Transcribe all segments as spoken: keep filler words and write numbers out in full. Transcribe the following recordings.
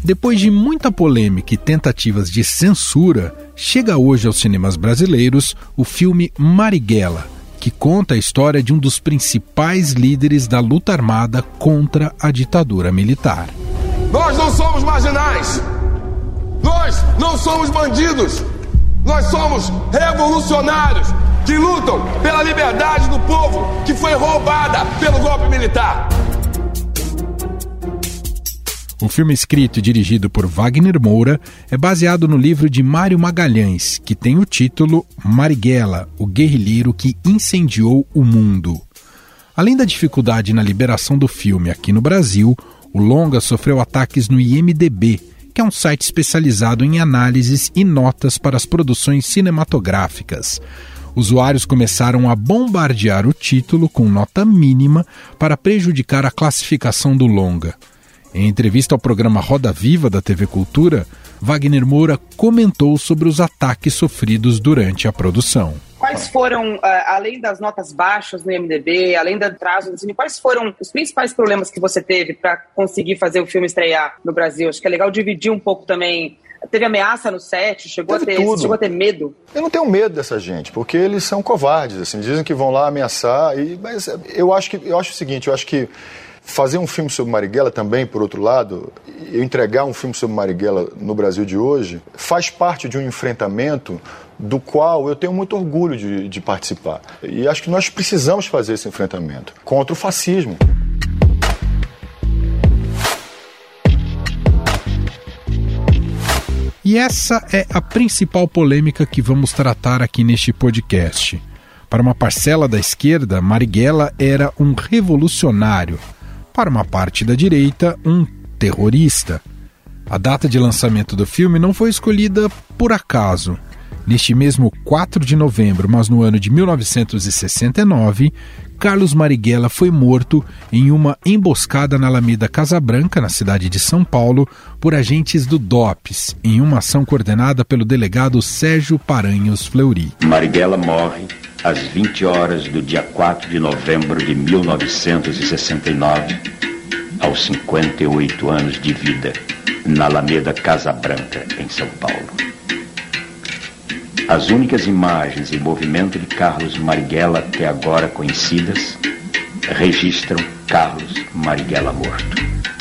Depois de muita polêmica e tentativas de censura, chega hoje aos cinemas brasileiros o filme Marighella, que conta a história de um dos principais líderes da luta armada contra a ditadura militar. Nós não somos marginais! Nós não somos bandidos! Nós somos revolucionários que lutam pela liberdade do povo que foi roubada pelo golpe militar! O filme, escrito e dirigido por Wagner Moura, é baseado no livro de Mário Magalhães, que tem o título Marighella, o guerrilheiro que incendiou o mundo. Além da dificuldade na liberação do filme aqui no Brasil, o longa sofreu ataques no I M D B, que é um site especializado em análises e notas para as produções cinematográficas. Usuários começaram a bombardear o título com nota mínima para prejudicar a classificação do longa. Em entrevista ao programa Roda Viva da T V Cultura, Wagner Moura comentou sobre os ataques sofridos durante a produção. Quais foram, além das notas baixas no I M D B, além do atraso no cine, quais foram os principais problemas que você teve para conseguir fazer o filme estrear no Brasil? Acho que é legal dividir um pouco também. Teve ameaça no set? Chegou, a ter, chegou a ter medo? Eu não tenho medo dessa gente, porque eles são covardes, assim, dizem que vão lá ameaçar, e, mas eu acho, que, eu acho o seguinte, eu acho que fazer um filme sobre Marighella também, por outro lado, eu entregar um filme sobre Marighella no Brasil de hoje, faz parte de um enfrentamento do qual eu tenho muito orgulho de, de participar. E acho que nós precisamos fazer esse enfrentamento contra o fascismo. E essa é a principal polêmica que vamos tratar aqui neste podcast. Para uma parcela da esquerda, Marighella era um revolucionário. Para uma parte da direita, um terrorista. A data de lançamento do filme não foi escolhida por acaso. Neste mesmo quatro de novembro, mas no ano de mil novecentos e sessenta e nove, Carlos Marighella foi morto em uma emboscada na Alameda Casa Branca, na cidade de São Paulo, por agentes do DOPS, em uma ação coordenada pelo delegado Sérgio Paranhos Fleury. Marighella morre às vinte horas do dia quatro de novembro de mil novecentos e sessenta e nove, aos cinquenta e oito anos de vida, na Alameda Casa Branca, em São Paulo. As únicas imagens e movimento de Carlos Marighella até agora conhecidas registram Carlos Marighella morto.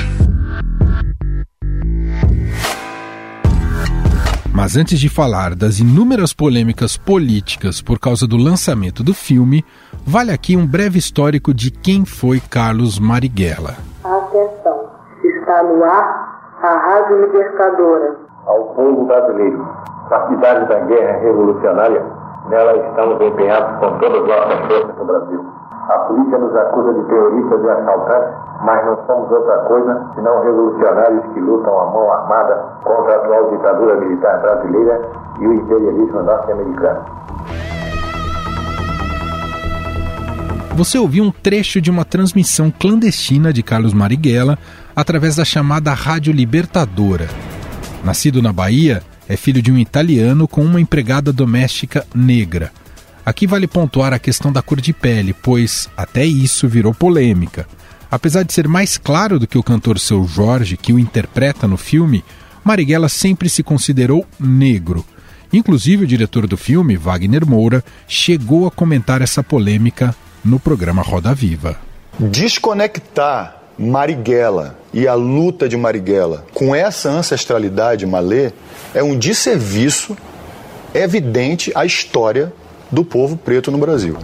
Mas antes de falar das inúmeras polêmicas políticas por causa do lançamento do filme, vale aqui um breve histórico de quem foi Carlos Marighella. Atenção, está no ar a Rádio Libertadora. Ao povo brasileiro, partidários da guerra revolucionária, nela estamos empenhados com todas as nossas forças no Brasil. A polícia nos acusa de terroristas e assaltantes, mas não somos outra coisa senão revolucionários que lutam à mão armada contra a atual ditadura militar brasileira e o imperialismo norte-americano. Você ouviu um trecho de uma transmissão clandestina de Carlos Marighella através da chamada Rádio Libertadora. Nascido na Bahia, é filho de um italiano com uma empregada doméstica negra. Aqui vale pontuar a questão da cor de pele, pois até isso virou polêmica. Apesar de ser mais claro do que o cantor Seu Jorge, que o interpreta no filme, Marighella sempre se considerou negro. Inclusive, o diretor do filme, Wagner Moura, chegou a comentar essa polêmica no programa Roda Viva. Desconectar Marighella e a luta de Marighella com essa ancestralidade malê é um desserviço evidente à história do povo preto no Brasil.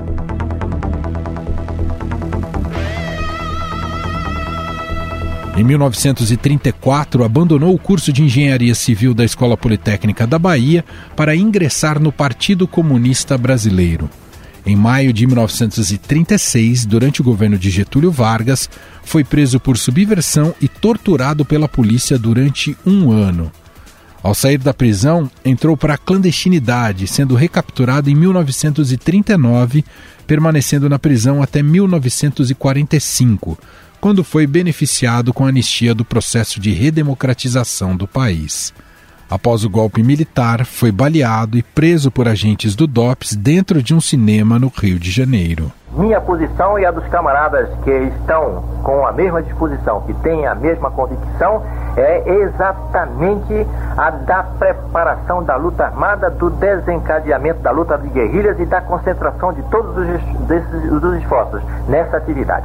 Em mil novecentos e trinta e quatro, abandonou o curso de Engenharia Civil da Escola Politécnica da Bahia para ingressar no Partido Comunista Brasileiro. Em maio de mil novecentos e trinta e seis, durante o governo de Getúlio Vargas, foi preso por subversão e torturado pela polícia durante um ano. Ao sair da prisão, entrou para a clandestinidade, sendo recapturado em mil novecentos e trinta e nove, permanecendo na prisão até mil novecentos e quarenta e cinco, quando foi beneficiado com a anistia do processo de redemocratização do país. Após o golpe militar, foi baleado e preso por agentes do DOPS dentro de um cinema no Rio de Janeiro. Minha posição e a dos camaradas que estão com a mesma disposição, que têm a mesma convicção, é exatamente a da preparação da luta armada, do desencadeamento da luta de guerrilhas e da concentração de todos os, desses, os esforços nessa atividade.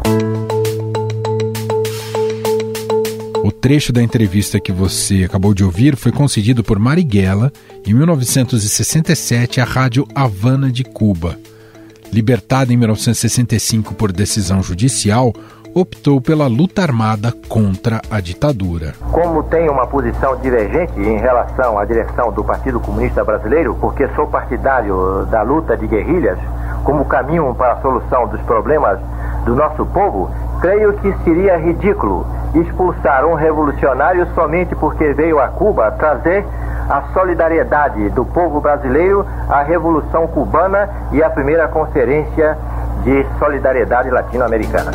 O trecho da entrevista que você acabou de ouvir foi concedido por Marighella em mil novecentos e sessenta e sete à Rádio Havana de Cuba. Libertada em mil novecentos e sessenta e cinco por decisão judicial, optou pela luta armada contra a ditadura. Como tenho uma posição divergente em relação à direção do Partido Comunista Brasileiro, porque sou partidário da luta de guerrilhas como caminho para a solução dos problemas do nosso povo, creio que seria ridículo expulsar um revolucionário somente porque veio a Cuba trazer a solidariedade do povo brasileiro à Revolução Cubana e à primeira Conferência de Solidariedade Latino-Americana.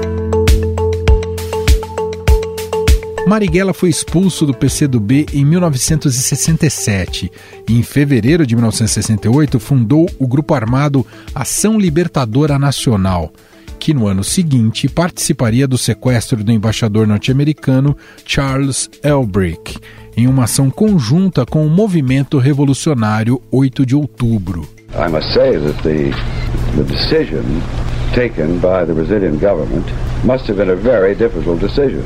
Marighella foi expulso do P C do B em mil novecentos e sessenta e sete e, em fevereiro de mil novecentos e sessenta e oito, fundou o grupo armado Ação Libertadora Nacional, que no ano seguinte participaria do sequestro do embaixador norte-americano Charles Elbrick, em uma ação conjunta com o movimento revolucionário oito de outubro. I must say that the, the decision taken by the Brazilian government must have been a very difficult decision.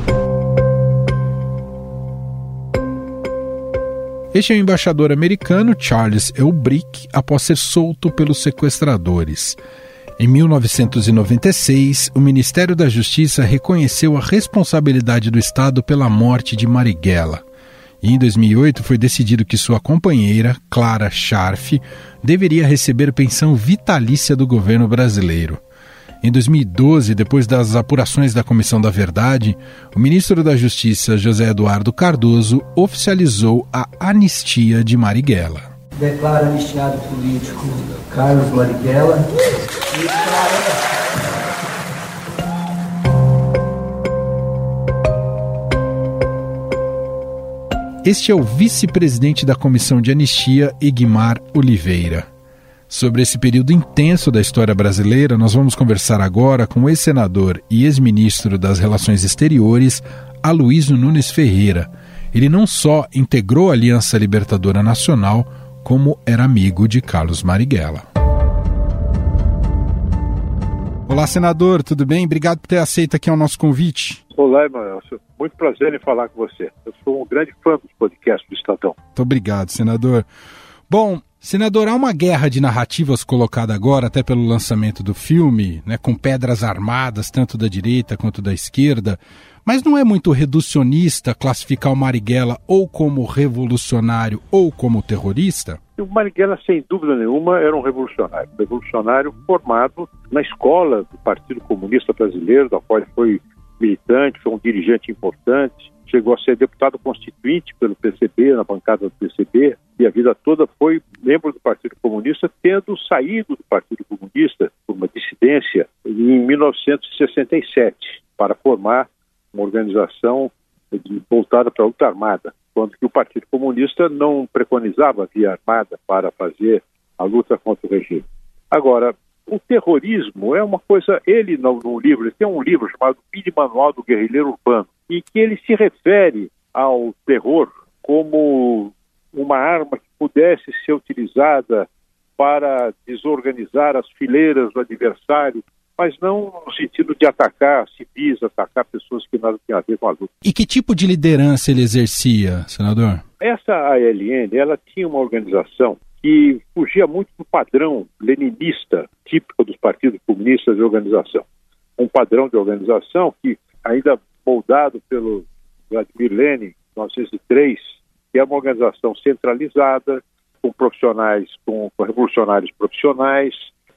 Este é o embaixador americano Charles Elbrick, após ser solto pelos sequestradores. Em mil novecentos e noventa e seis, o Ministério da Justiça reconheceu a responsabilidade do Estado pela morte de Marighella. E em dois mil e oito foi decidido que sua companheira, Clara Scharf, deveria receber pensão vitalícia do governo brasileiro. Em dois mil e doze, depois das apurações da Comissão da Verdade, o ministro da Justiça, José Eduardo Cardoso, oficializou a anistia de Marighella. Declara anistiado político Carlos Marighella. Este é o vice-presidente da Comissão de Anistia, Egmar Oliveira. Sobre esse período intenso da história brasileira, nós vamos conversar agora com o ex-senador e ex-ministro das Relações Exteriores, Aloysio Nunes Ferreira. Ele não só integrou a Aliança Libertadora Nacional, como era amigo de Carlos Marighella. Olá, senador, tudo bem? Obrigado por ter aceito aqui o nosso convite. Olá, Emanuel. Muito prazer em falar com você. Eu sou um grande fã dos podcasts do Estadão. Muito obrigado, senador. Bom, senador, há uma guerra de narrativas colocada agora, até pelo lançamento do filme, né, com pedras armadas, tanto da direita quanto da esquerda, mas não é muito reducionista classificar o Marighella ou como revolucionário ou como terrorista? O Marighella, sem dúvida nenhuma, era um revolucionário. Um revolucionário formado na escola do Partido Comunista Brasileiro, da qual ele foi militante, foi um dirigente importante, chegou a ser deputado constituinte pelo P C B, na bancada do P C B, e a vida toda foi membro do Partido Comunista, tendo saído do Partido Comunista por uma dissidência em mil novecentos e sessenta e sete, para formar uma organização voltada para a luta armada, quando que o Partido Comunista não preconizava a via armada para fazer a luta contra o regime. Agora, o terrorismo é uma coisa, ele no, no livro, ele tem um livro chamado Mini Manual do Guerrilheiro Urbano, em que ele se refere ao terror como uma arma que pudesse ser utilizada para desorganizar as fileiras do adversário, mas não no sentido de atacar civis, atacar pessoas que nada tinham a ver com a luta. E que tipo de liderança ele exercia, senador? Essa A L N, ela tinha uma organização que fugia muito do padrão leninista, típico dos partidos comunistas de organização. Um padrão de organização que, ainda moldado pelo Vladimir Lenin, em mil novecentos e três, que é uma organização centralizada, com profissionais, com, com revolucionários profissionais,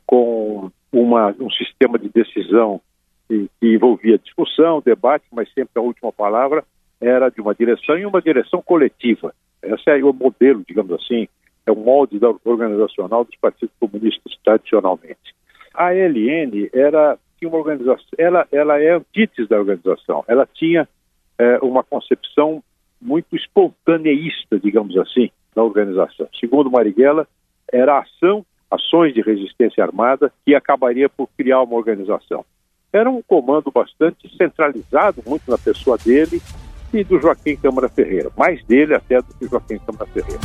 com uma, um sistema de decisão que, que envolvia discussão, debate, mas sempre a última palavra era de uma direção e uma direção coletiva. Esse é o modelo, digamos assim, é o molde da organizacional dos partidos comunistas tradicionalmente. A A L N era tinha uma organização, ela, ela é antítese da organização. Ela tinha é, uma concepção muito espontaneísta, digamos assim, na organização. Segundo Marighella, era a ação, ações de resistência armada que acabaria por criar uma organização. Era um comando bastante centralizado, muito na pessoa dele e do Joaquim Câmara Ferreira, mais dele até do que Joaquim Câmara Ferreira.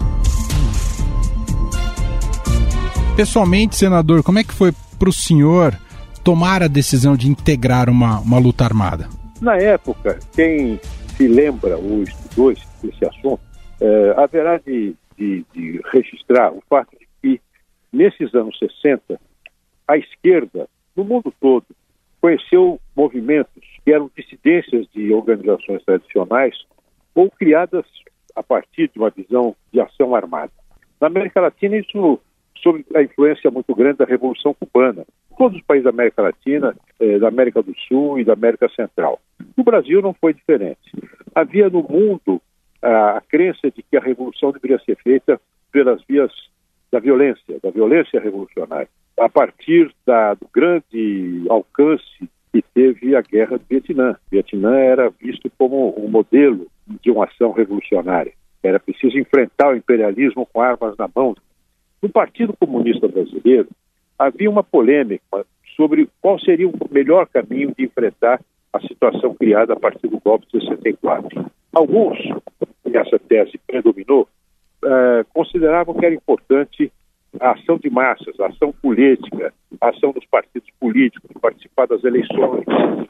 Pessoalmente, senador, como é que foi para o senhor tomar a decisão de integrar uma, uma luta armada? Na época, quem se lembra ou estudou esse, esse assunto, é, haverá de, de, de registrar o fato de que, nesses anos sessenta, a esquerda, no mundo todo, conheceu movimentos que eram dissidências de organizações tradicionais ou criadas a partir de uma visão de ação armada. Na América Latina, isso sob a influência muito grande da Revolução Cubana. Todos os países da América Latina, eh, da América do Sul e da América Central. No Brasil não foi diferente. Havia no mundo a, a crença de que a revolução deveria ser feita pelas vias da violência, da violência revolucionária, a partir da, do grande alcance que teve a Guerra do Vietnã. O Vietnã era visto como um modelo de uma ação revolucionária. Era preciso enfrentar o imperialismo com armas na mão. No Partido Comunista Brasileiro, havia uma polêmica sobre qual seria o melhor caminho de enfrentar a situação criada a partir do golpe de sessenta e quatro. Alguns, e essa tese predominou, eh, consideravam que era importante a ação de massas, a ação política, a ação dos partidos políticos, participar das eleições.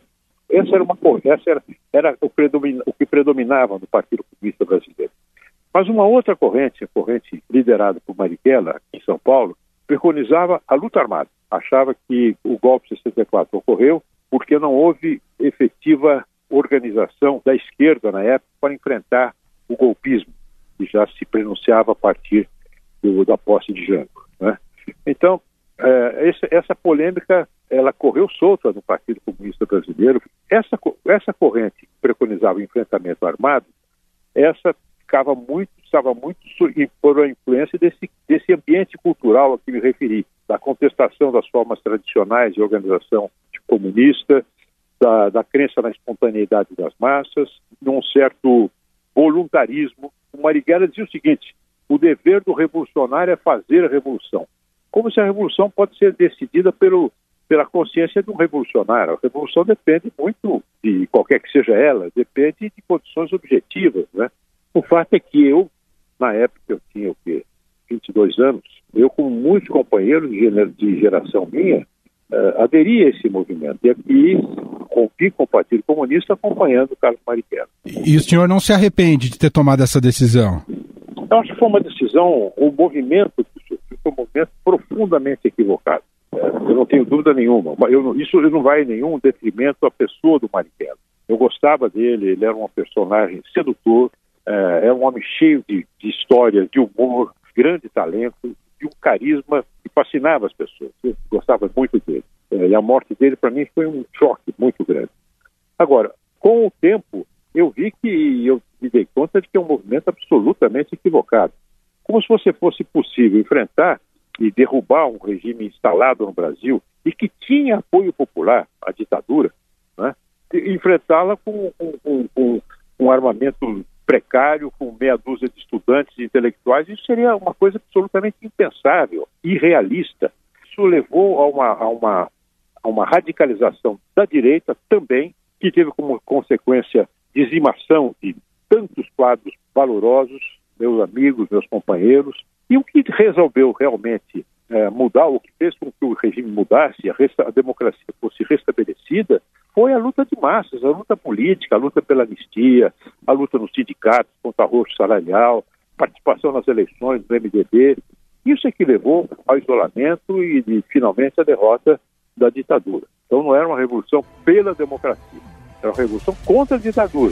Essa era, uma, essa era, era o, predomina, o que predominava no Partido Comunista Brasileiro. Mas uma outra corrente, a corrente liderada por Marighella, aqui em São Paulo, preconizava a luta armada. Achava que o golpe de sessenta e quatro ocorreu porque não houve efetiva organização da esquerda na época para enfrentar o golpismo, que já se pronunciava a partir do, da posse de Jango, né? Então, é, essa, essa polêmica, ela correu solta no Partido Comunista Brasileiro. Essa, essa corrente que preconizava o enfrentamento armado, essa ficava muito, estava muito por a influência desse, desse ambiente cultural a que me referi, da contestação das formas tradicionais de organização comunista, da, da crença na espontaneidade das massas, num certo voluntarismo. O Marighella dizia o seguinte: o dever do revolucionário é fazer a revolução. Como se a revolução pode ser decidida pelo, pela consciência de um revolucionário. A revolução depende muito de qualquer que seja ela, depende de condições objetivas, né? O fato é que eu, na época eu tinha o quê? vinte e dois anos, eu com muitos companheiros de geração minha, uh, aderi a esse movimento. E aqui rompi com o Partido Comunista acompanhando o Carlos Marighella. E o senhor não se arrepende de ter tomado essa decisão? Eu acho que foi uma decisão, o movimento foi um movimento profundamente equivocado. Eu não tenho dúvida nenhuma. Eu, isso não vai em nenhum detrimento à pessoa do Marighella. Eu gostava dele, ele era um personagem sedutor, é, era um homem cheio de, de história, de humor, grande talento, de um carisma que fascinava as pessoas. Eu gostava muito dele. É, e a morte dele, para mim, foi um choque muito grande. Agora, com o tempo, eu vi que eu me dei conta de que é um movimento absolutamente equivocado. Como se você fosse possível enfrentar e derrubar um regime instalado no Brasil e que tinha apoio popular, a ditadura, né? Enfrentá-la com, com, com, com um armamento precário, com meia dúzia de estudantes e intelectuais. Isso seria uma coisa absolutamente impensável, irrealista. Isso levou a uma, a uma, a uma radicalização da direita também, que teve como consequência dizimação de tantos quadros valorosos, meus amigos, meus companheiros, e o que resolveu realmente é, mudar, o que fez com que o regime mudasse, a, resta- a democracia fosse restabelecida, foi a luta de massas, a luta política, a luta pela anistia, a luta nos sindicatos contra arroxo salarial, participação nas eleições do M D B. Isso é que levou ao isolamento e, e finalmente, à derrota da ditadura. Então não era uma revolução pela democracia, era uma revolução contra a ditadura.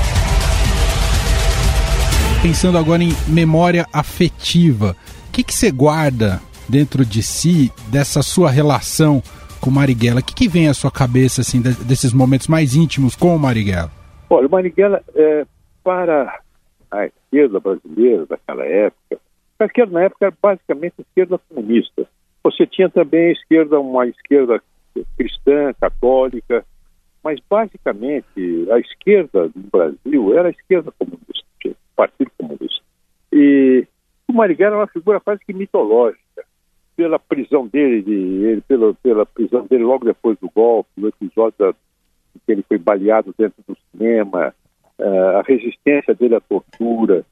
Pensando agora em memória afetiva, o que, que você guarda dentro de si dessa sua relação com o Marighella? O que, que vem à sua cabeça assim, desses momentos mais íntimos com o Marighella? Olha, o Marighella, é, para a esquerda brasileira daquela época, a esquerda na época era basicamente a esquerda comunista. Você tinha também a esquerda, uma esquerda cristã, católica, mas basicamente a esquerda do Brasil era a esquerda comunista, o Partido Comunista. E o Marighella é uma figura quase que mitológica, pela prisão dele, de, ele, pela, pela prisão dele logo depois do golpe, no episódio da, que ele foi baleado dentro do cinema, uh, a resistência dele à tortura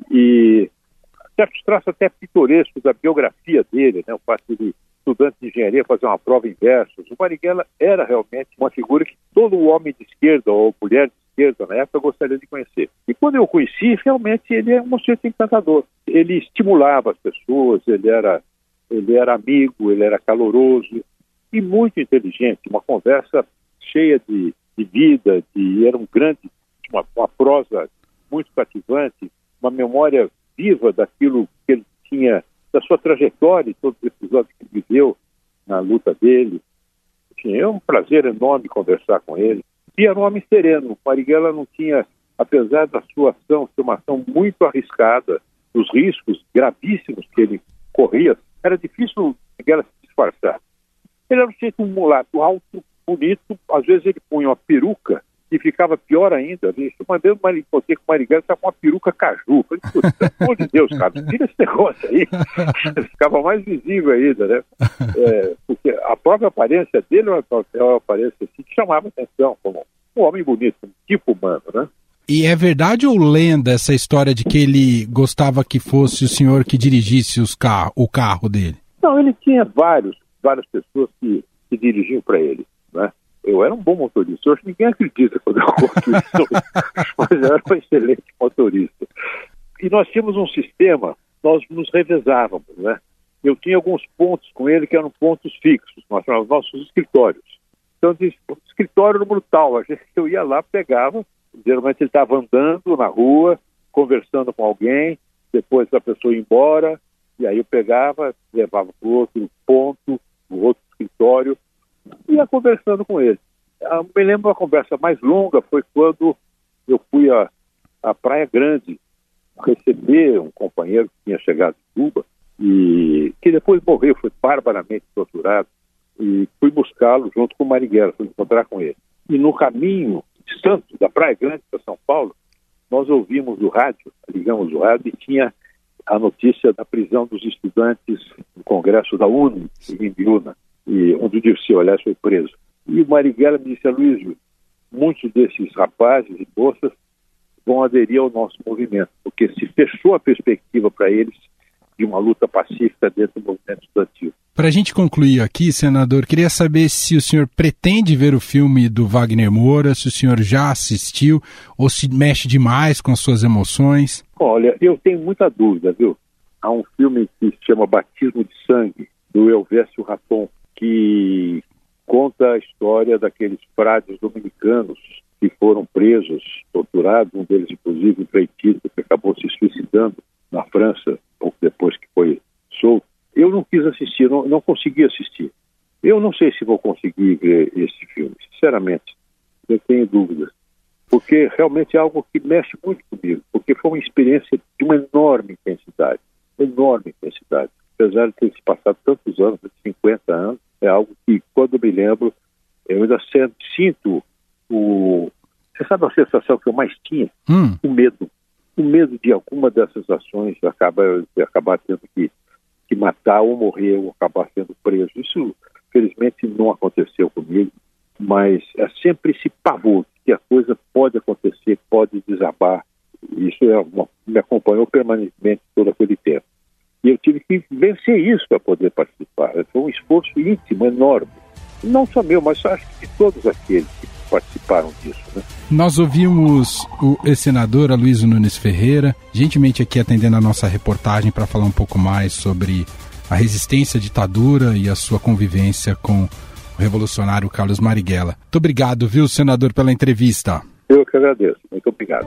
e certos traços até pitorescos da biografia dele, né, o fato de estudante de engenharia fazer uma prova em versos. O Marighella era realmente uma figura que todo homem de esquerda ou mulher de esquerda na época gostaria de conhecer. E quando eu o conheci, realmente ele é um sujeito encantador. Ele estimulava as pessoas, ele era, ele era amigo, ele era caloroso e muito inteligente, uma conversa cheia de, de vida, de, era um grande, uma, uma prosa muito cativante, uma memória viva daquilo que ele tinha, da sua trajetória, todos os episódios que ele viveu na luta dele. Enfim, é um prazer enorme conversar com ele. E era um homem sereno. O Marighella não tinha, apesar da sua ação ser uma ação muito arriscada, os riscos gravíssimos que ele corria, era difícil o Marighella se disfarçar. Ele era um jeito um mulato alto, bonito, às vezes ele punha uma peruca e ficava pior ainda. Eu mandei o Marighella, que o Marighella estava com uma peruca caju. Falei, pelo amor de Deus, cara, tira esse negócio aí. Ficava mais visível ainda, né? É, porque a própria aparência dele é uma aparência assim, que chamava atenção, como um homem bonito, um tipo humano, né? E é verdade ou lenda essa história de que ele gostava que fosse o senhor que dirigisse os car- o carro dele? Não, ele tinha vários, várias pessoas que, que dirigiam para ele, né? Eu era um bom motorista. Hoje ninguém acredita quando eu conto isso, mas eu era um excelente motorista. E nós tínhamos um sistema, nós nos revezávamos, né? Eu tinha alguns pontos com ele que eram pontos fixos, nós chamávamos nossos escritórios. Então, de escritório número tal, a gente, eu ia lá, pegava, geralmente ele estava andando na rua, conversando com alguém, depois a pessoa ia embora, e aí eu pegava, levava para o outro ponto, o outro escritório, ia conversando com ele. Eu me lembro uma conversa mais longa foi quando eu fui à, à Praia Grande receber um companheiro que tinha chegado de Cuba e que depois morreu, foi barbaramente torturado, e fui buscá-lo junto com o Marighella, fui encontrar com ele. E no caminho de Santos, da Praia Grande para São Paulo, nós ouvimos o rádio, ligamos o rádio e tinha a notícia da prisão dos estudantes no Congresso da U N E, em Biúna, e onde o Dirceu, aliás, foi preso. E o Marighella me disse, Aloysio, muitos desses rapazes e moças vão aderir ao nosso movimento, porque se fechou a perspectiva para eles de uma luta pacífica dentro do movimento estudantil. Para a gente concluir aqui, senador, queria saber se o senhor pretende ver o filme do Wagner Moura, se o senhor já assistiu, ou se mexe demais com as suas emoções. Olha, eu tenho muita dúvida, viu? Há um filme que se chama Batismo de Sangue, do Elvésio Raton, que conta a história daqueles frades dominicanos que foram presos, torturados, um deles, inclusive, um freitista que acabou se suicidando na França, pouco depois que foi solto. Eu não quis assistir, não, não consegui assistir. Eu não sei se vou conseguir ver esse filme, sinceramente. Eu tenho dúvidas. Porque realmente é algo que mexe muito comigo, porque foi uma experiência de uma enorme intensidade, enorme intensidade. Apesar de ter se passado tantos anos, cinquenta anos, é algo que, quando eu me lembro, eu ainda sinto o... Você sabe a sensação que eu mais tinha? Hum. O medo. O medo de alguma dessas ações acabar, acabar tendo que, que matar ou morrer ou acabar sendo preso. Isso, felizmente, não aconteceu comigo, mas é sempre esse pavor que a coisa pode acontecer, pode desabar. Isso é uma, me acompanhou permanentemente todo aquele tempo. E eu tive que vencer isso para poder participar. Foi um esforço íntimo, enorme. Não só meu, mas acho que de todos aqueles que participaram disso, né? Nós ouvimos o ex-senador Aloysio Nunes Ferreira, gentilmente aqui atendendo a nossa reportagem para falar um pouco mais sobre a resistência à ditadura e a sua convivência com o revolucionário Carlos Marighella. Muito obrigado, viu, senador, pela entrevista. Eu que agradeço. Muito obrigado.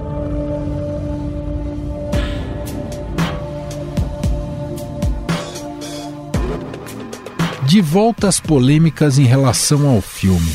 De volta às polêmicas em relação ao filme.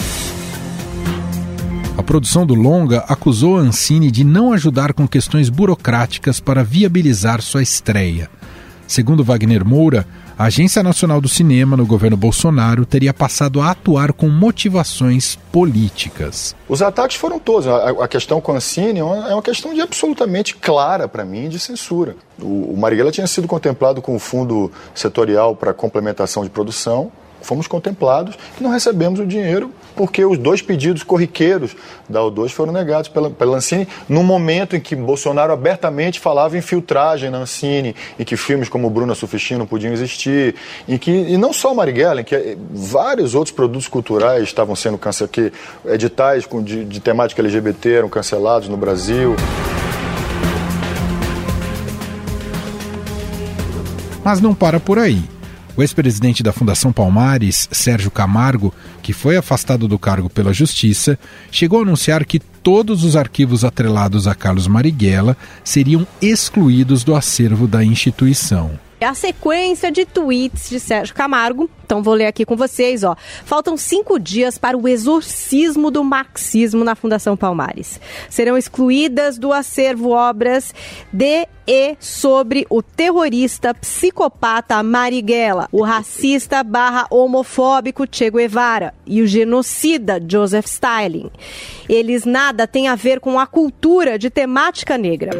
A produção do longa acusou Ancine de não ajudar com questões burocráticas para viabilizar sua estreia. Segundo Wagner Moura, a Agência Nacional do Cinema no governo Bolsonaro teria passado a atuar com motivações políticas. Os ataques foram todos. A, a questão com a Ancine é uma questão de absolutamente clara para mim de censura. O, o Marighella tinha sido contemplado com o fundo setorial para complementação de produção. Fomos contemplados e não recebemos o dinheiro porque os dois pedidos corriqueiros da O dois foram negados pela, pela Ancine no momento em que Bolsonaro abertamente falava em filtragem na Ancine, em que filmes como Bruna Surfistinha não podiam existir, em que, e não só o Marighella, em que vários outros produtos culturais estavam sendo cancelados, que editais de, de temática L G B T eram cancelados no Brasil. Mas não para por aí. O ex-presidente da Fundação Palmares, Sérgio Camargo, que foi afastado do cargo pela Justiça, chegou a anunciar que todos os arquivos atrelados a Carlos Marighella seriam excluídos do acervo da instituição. É a sequência de tweets de Sérgio Camargo. Então vou ler aqui com vocês, ó. Faltam cinco dias para o exorcismo do marxismo na Fundação Palmares. Serão excluídas do acervo obras de e sobre o terrorista psicopata Marighella, o racista barra homofóbico Che Guevara e o genocida Joseph Stalin. Eles nada têm a ver com a cultura de temática negra.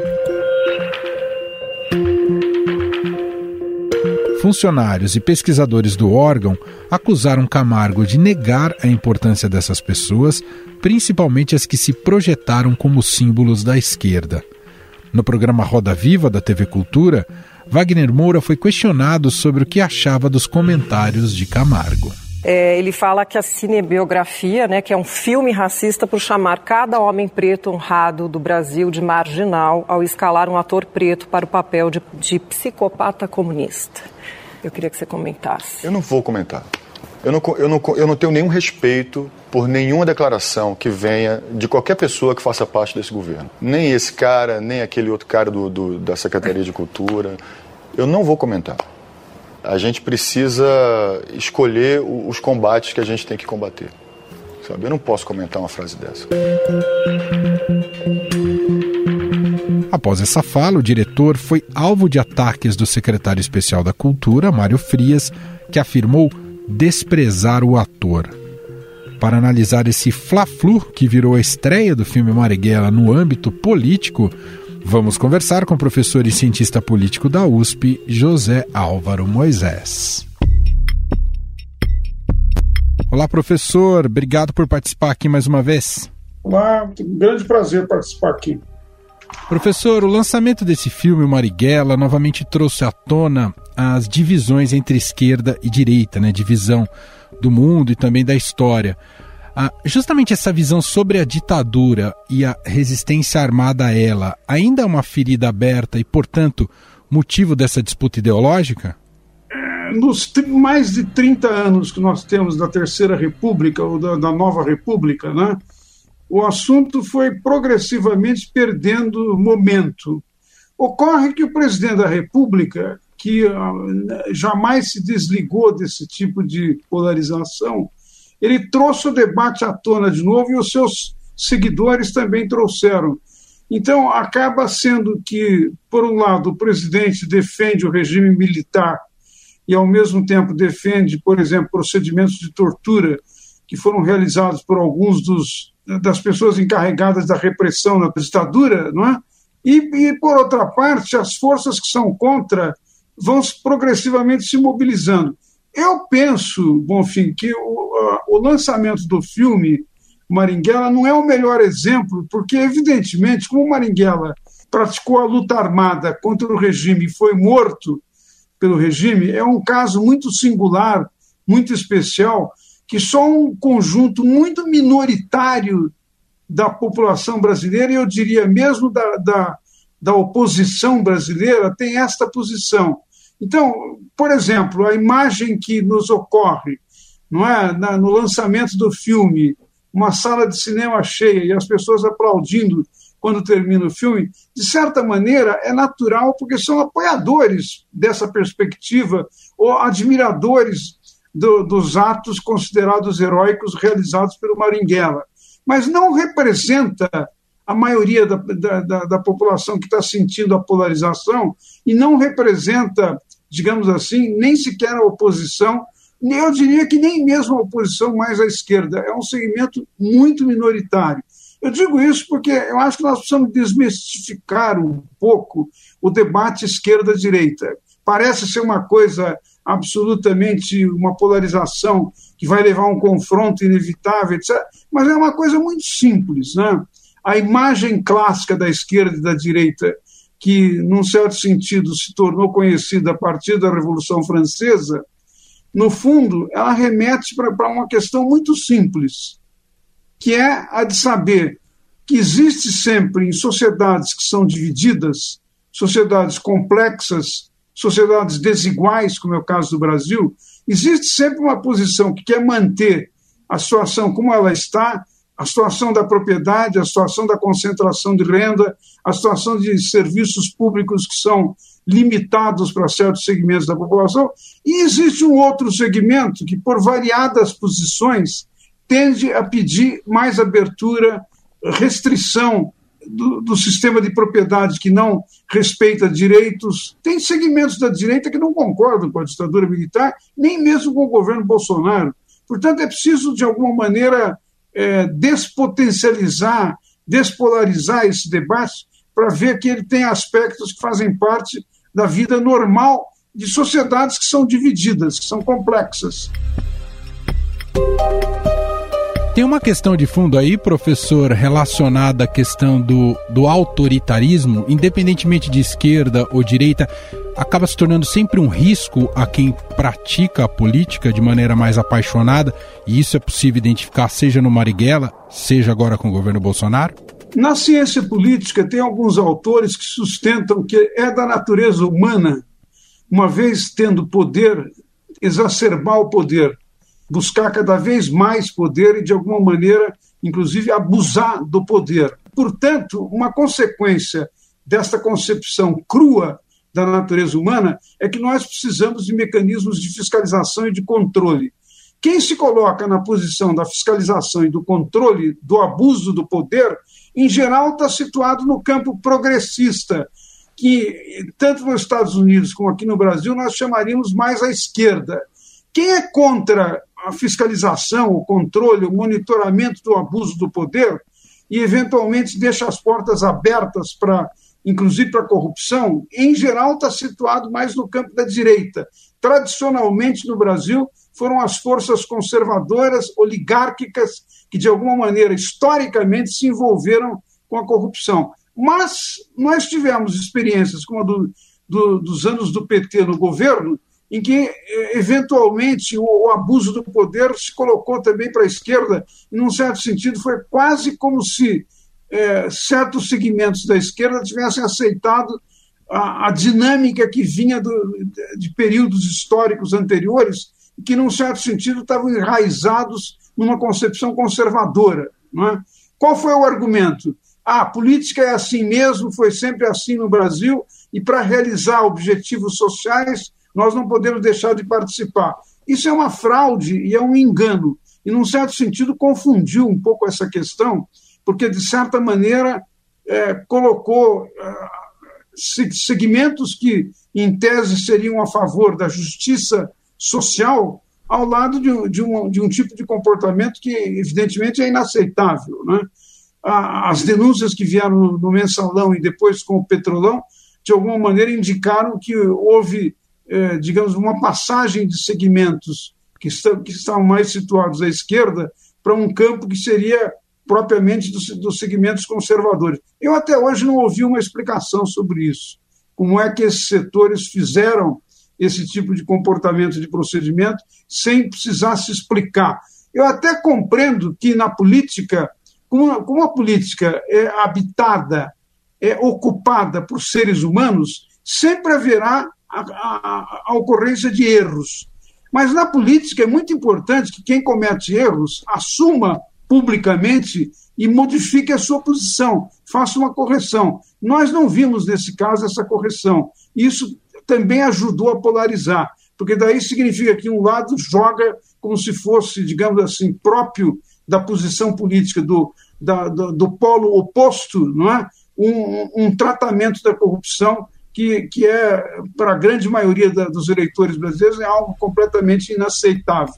Funcionários e pesquisadores do órgão acusaram Camargo de negar a importância dessas pessoas, principalmente as que se projetaram como símbolos da esquerda. No programa Roda Viva da T V Cultura, Wagner Moura foi questionado sobre o que achava dos comentários de Camargo. É, ele fala que a cinebiografia, né, que é um filme racista por chamar cada homem preto honrado do Brasil de marginal ao escalar um ator preto para o papel de, de psicopata comunista. Eu queria que você comentasse. Eu não vou comentar. Eu não, eu, não, eu não tenho nenhum respeito por nenhuma declaração que venha de qualquer pessoa que faça parte desse governo. Nem esse cara, nem aquele outro cara do, do, da Secretaria de Cultura. Eu não vou comentar. A gente precisa escolher os combates que a gente tem que combater. Sabe? Eu não posso comentar uma frase dessa. Após essa fala, o diretor foi alvo de ataques do secretário especial da Cultura, Mário Frias, que afirmou desprezar o ator. Para analisar esse fla-flu que virou a estreia do filme Marighella no âmbito político, vamos conversar com o professor e cientista político da U S P, José Álvaro Moisés. Olá, professor. Obrigado por participar aqui mais uma vez. Olá, um grande prazer participar aqui. Professor, o lançamento desse filme, Marighella, novamente trouxe à tona as divisões entre esquerda e direita, né? Divisão do mundo e também da história. Ah, justamente essa visão sobre a ditadura e a resistência armada a ela ainda é uma ferida aberta e, portanto, motivo dessa disputa ideológica? É, nos mais de trinta anos que nós temos da Terceira República, ou da, da Nova República, né, o assunto foi progressivamente perdendo momento. Ocorre que o presidente da República, que uh, jamais se desligou desse tipo de polarização, ele trouxe o debate à tona de novo e os seus seguidores também trouxeram. Então, acaba sendo que, por um lado, o presidente defende o regime militar e, ao mesmo tempo, defende, por exemplo, procedimentos de tortura que foram realizados por alguns dos, das pessoas encarregadas da repressão na ditadura, não é? E, e, por outra parte, as forças que são contra vão progressivamente se mobilizando. Eu penso, Bonfim, que o, o lançamento do filme Marighella não é o melhor exemplo, porque, evidentemente, como o Marighella praticou a luta armada contra o regime e foi morto pelo regime, é um caso muito singular, muito especial, que só um conjunto muito minoritário da população brasileira, e eu diria mesmo da, da, da oposição brasileira, tem esta posição. Então, por exemplo, a imagem que nos ocorre, não é, na, no lançamento do filme, uma sala de cinema cheia e as pessoas aplaudindo quando termina o filme, de certa maneira é natural, porque são apoiadores dessa perspectiva ou admiradores do, dos atos considerados heróicos realizados pelo Marighella. Mas não representa a maioria da, da, da, da população que está sentindo a polarização e não representa digamos assim, nem sequer a oposição, eu diria que nem mesmo a oposição mais à esquerda, é um segmento muito minoritário. Eu digo isso porque eu acho que nós precisamos desmistificar um pouco o debate esquerda-direita. Parece ser uma coisa absolutamente, uma polarização que vai levar a um confronto inevitável, etcétera, mas é uma coisa muito simples, né? A imagem clássica da esquerda e da direita, que, num certo sentido, se tornou conhecida a partir da Revolução Francesa, no fundo, ela remete para uma questão muito simples, que é a de saber que existe sempre em sociedades que são divididas, sociedades complexas, sociedades desiguais, como é o caso do Brasil, existe sempre uma posição que quer manter a situação como ela está, a situação da propriedade, a situação da concentração de renda, a situação de serviços públicos que são limitados para certos segmentos da população, e existe um outro segmento que, por variadas posições, tende a pedir mais abertura, restrição do, do sistema de propriedade que não respeita direitos. Tem segmentos da direita que não concordam com a ditadura militar, nem mesmo com o governo Bolsonaro. Portanto, é preciso, de alguma maneira, é, despotencializar, despolarizar esse debate para ver que ele tem aspectos que fazem parte da vida normal de sociedades que são divididas, que são complexas. Tem uma questão de fundo aí, professor, relacionada à questão do, do autoritarismo, independentemente de esquerda ou direita, acaba se tornando sempre um risco a quem pratica a política de maneira mais apaixonada, e isso é possível identificar seja no Marighella, seja agora com o governo Bolsonaro? Na ciência política, tem alguns autores que sustentam que é da natureza humana, uma vez tendo poder, exacerbar o poder, buscar cada vez mais poder e, de alguma maneira, inclusive, abusar do poder. Portanto, uma consequência desta concepção crua da natureza humana é que nós precisamos de mecanismos de fiscalização e de controle. Quem se coloca na posição da fiscalização e do controle do abuso do poder, em geral, está situado no campo progressista, que, tanto nos Estados Unidos como aqui no Brasil, nós chamaríamos mais à esquerda. Quem é contra a fiscalização, o controle, o monitoramento do abuso do poder e, eventualmente, deixa as portas abertas para, inclusive, para a corrupção, em geral, está situado mais no campo da direita. Tradicionalmente, no Brasil, foram as forças conservadoras, oligárquicas, que, de alguma maneira, historicamente, se envolveram com a corrupção. Mas nós tivemos experiências como a do, do, dos anos do P T no governo, em que, eventualmente, o, o abuso do poder se colocou também para a esquerda, e, num certo sentido, foi quase como se é, certos segmentos da esquerda tivessem aceitado a, a dinâmica que vinha do, de períodos históricos anteriores, e que, num certo sentido, estavam enraizados numa concepção conservadora. Não é? Qual foi o argumento? Ah, a política é assim mesmo, foi sempre assim no Brasil, e para realizar objetivos sociais, nós não podemos deixar de participar. Isso é uma fraude e é um engano. E, num certo sentido, confundiu um pouco essa questão, porque, de certa maneira, é, colocou é, segmentos que, em tese, seriam a favor da justiça social ao lado de um, de um, de um tipo de comportamento que, evidentemente, é inaceitável. Né? As denúncias que vieram no Mensalão e depois com o Petrolão, de alguma maneira, indicaram que houve, eh, digamos, uma passagem de segmentos que estão, que estão mais situados à esquerda para um campo que seria propriamente dos, dos segmentos conservadores. Eu até hoje não ouvi uma explicação sobre isso. Como é que esses setores fizeram esse tipo de comportamento, de procedimento, sem precisar se explicar. Eu até compreendo que na política, como, como a política é habitada, é ocupada por seres humanos, sempre haverá a, a, a ocorrência de erros. Mas na política é muito importante que quem comete erros assuma publicamente e modifique a sua posição, faça uma correção. Nós não vimos, nesse caso, essa correção. Isso também ajudou a polarizar, porque daí significa que um lado joga como se fosse, digamos assim, próprio da posição política do, da, do, do polo oposto, não é? um, um tratamento da corrupção que que, que é, para a grande maioria da, dos eleitores brasileiros, é algo completamente inaceitável.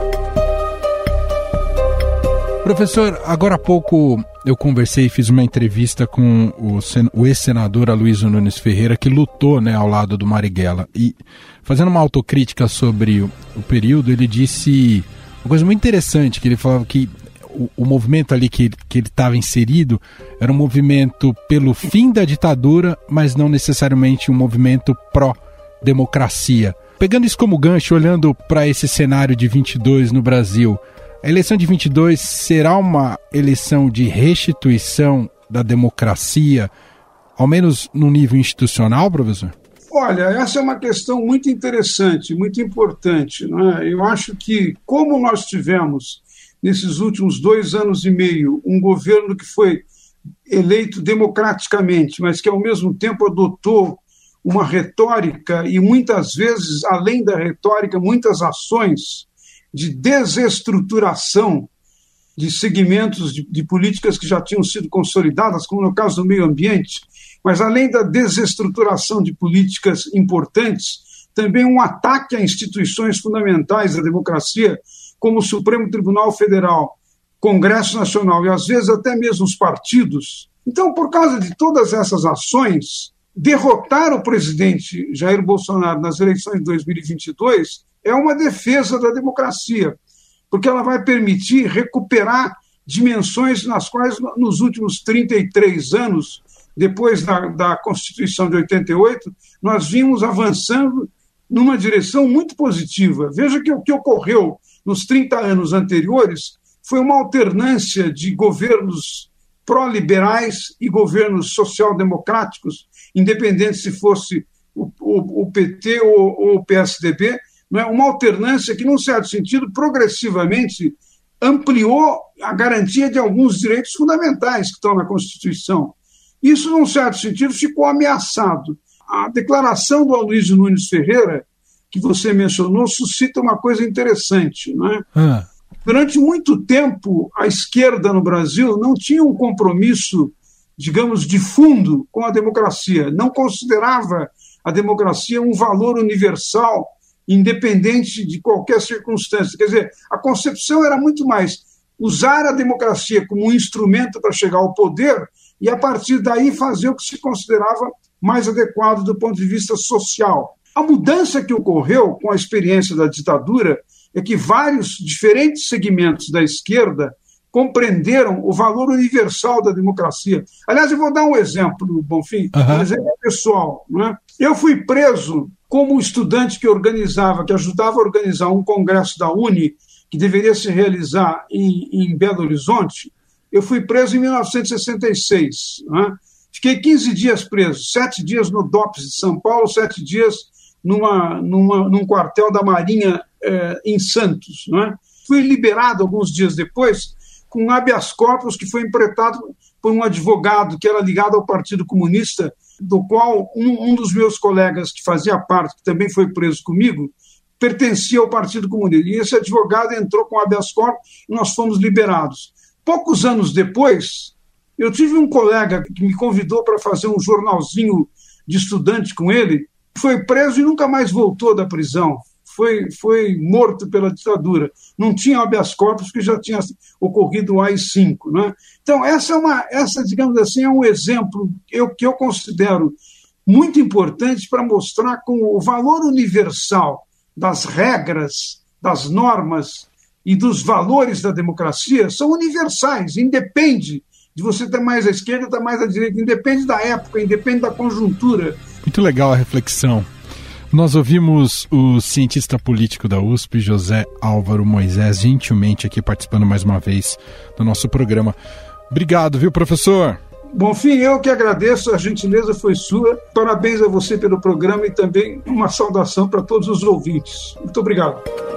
Professor, agora há pouco eu conversei e fiz uma entrevista com o, sen- o ex-senador Aloysio Nunes Ferreira, que lutou, né, ao lado do Marighella. E fazendo uma autocrítica sobre o, o período, ele disse uma coisa muito interessante, que ele falava que o, o movimento ali que, que ele estava inserido era um movimento pelo fim da ditadura, mas não necessariamente um movimento pró-democracia. Pegando isso como gancho, olhando para esse cenário de vinte e dois no Brasil, a eleição de vinte e dois será uma eleição de restituição da democracia, ao menos no nível institucional, professor? Olha, essa é uma questão muito interessante, muito importante, não é? Eu acho que, como nós tivemos, nesses últimos dois anos e meio, um governo que foi eleito democraticamente, mas que, ao mesmo tempo, adotou uma retórica e, muitas vezes, além da retórica, muitas ações de desestruturação de segmentos de, de políticas que já tinham sido consolidadas, como no caso do meio ambiente, mas além da desestruturação de políticas importantes, também um ataque a instituições fundamentais da democracia, como o Supremo Tribunal Federal, Congresso Nacional e às vezes até mesmo os partidos. Então, por causa de todas essas ações, derrotar o presidente Jair Bolsonaro nas eleições de dois mil e vinte e dois é uma defesa da democracia, porque ela vai permitir recuperar dimensões nas quais, nos últimos trinta e três anos, depois da, da Constituição de oitenta e oito, nós vimos avançando numa direção muito positiva. Veja que o que ocorreu nos trinta anos anteriores foi uma alternância de governos pró-liberais e governos social-democráticos, independente se fosse o, o, o P T ou, ou o P S D B, uma alternância que, num certo sentido, progressivamente ampliou a garantia de alguns direitos fundamentais que estão na Constituição. Isso, num certo sentido, ficou ameaçado. A declaração do Aloysio Nunes Ferreira, que você mencionou, suscita uma coisa interessante, não é? Ah. Durante muito tempo, a esquerda no Brasil não tinha um compromisso, digamos, de fundo com a democracia, não considerava a democracia um valor universal, independente de qualquer circunstância. Quer dizer, a concepção era muito mais usar a democracia como um instrumento para chegar ao poder e, a partir daí, fazer o que se considerava mais adequado do ponto de vista social. A mudança que ocorreu com a experiência da ditadura é que vários diferentes segmentos da esquerda compreenderam o valor universal da democracia. Aliás, eu vou dar um exemplo, Bonfim, uhum. um exemplo pessoal. Não é? Eu fui preso como estudante que organizava, que ajudava a organizar um congresso da UNE, que deveria se realizar em, em Belo Horizonte. Eu fui preso em mil novecentos e sessenta e seis. Não é? Fiquei quinze dias preso, sete dias no DOPS de São Paulo, sete dias numa, numa, num quartel da Marinha eh, em Santos. Não é? Fui liberado alguns dias depois, com um habeas corpus que foi empretado por um advogado que era ligado ao Partido Comunista, do qual um, um dos meus colegas que fazia parte, que também foi preso comigo, pertencia ao Partido Comunista. E esse advogado entrou com habeas corpus e nós fomos liberados. Poucos anos depois, eu tive um colega que me convidou para fazer um jornalzinho de estudante com ele, foi preso e nunca mais voltou da prisão. Foi, foi morto pela ditadura. Não tinha habeas corpus, porque já tinha ocorrido o A I cinco. Né? Então, essa, é uma, essa, digamos assim, é um exemplo eu, que eu considero muito importante para mostrar como o valor universal das regras, das normas e dos valores da democracia são universais, independe de você estar mais à esquerda, estar mais à direita, independe da época, independe da conjuntura. Muito legal a reflexão. Nós ouvimos o cientista político da U S P, José Álvaro Moisés, gentilmente aqui participando mais uma vez do nosso programa. Obrigado, viu, professor? Bonfim, eu que agradeço, a gentileza foi sua. Parabéns a você pelo programa e também uma saudação para todos os ouvintes. Muito obrigado.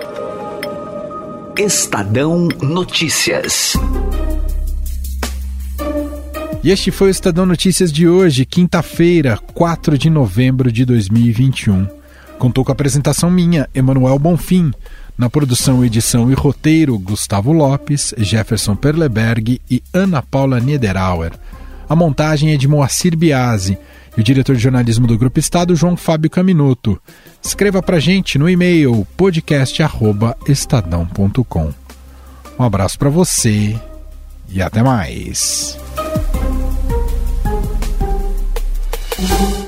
Estadão Notícias. E este foi o Estadão Notícias de hoje, quinta-feira, quatro de novembro de dois mil e vinte e um. Contou com a apresentação minha, Emanuel Bonfim. Na produção, edição e roteiro, Gustavo Lopes, Jefferson Perleberg e Ana Paula Niederauer. A montagem é de Moacir Biasi e o diretor de jornalismo do Grupo Estado, João Fábio Caminuto. Escreva pra gente no e-mail podcast arroba estadão ponto com. Um abraço para você e até mais.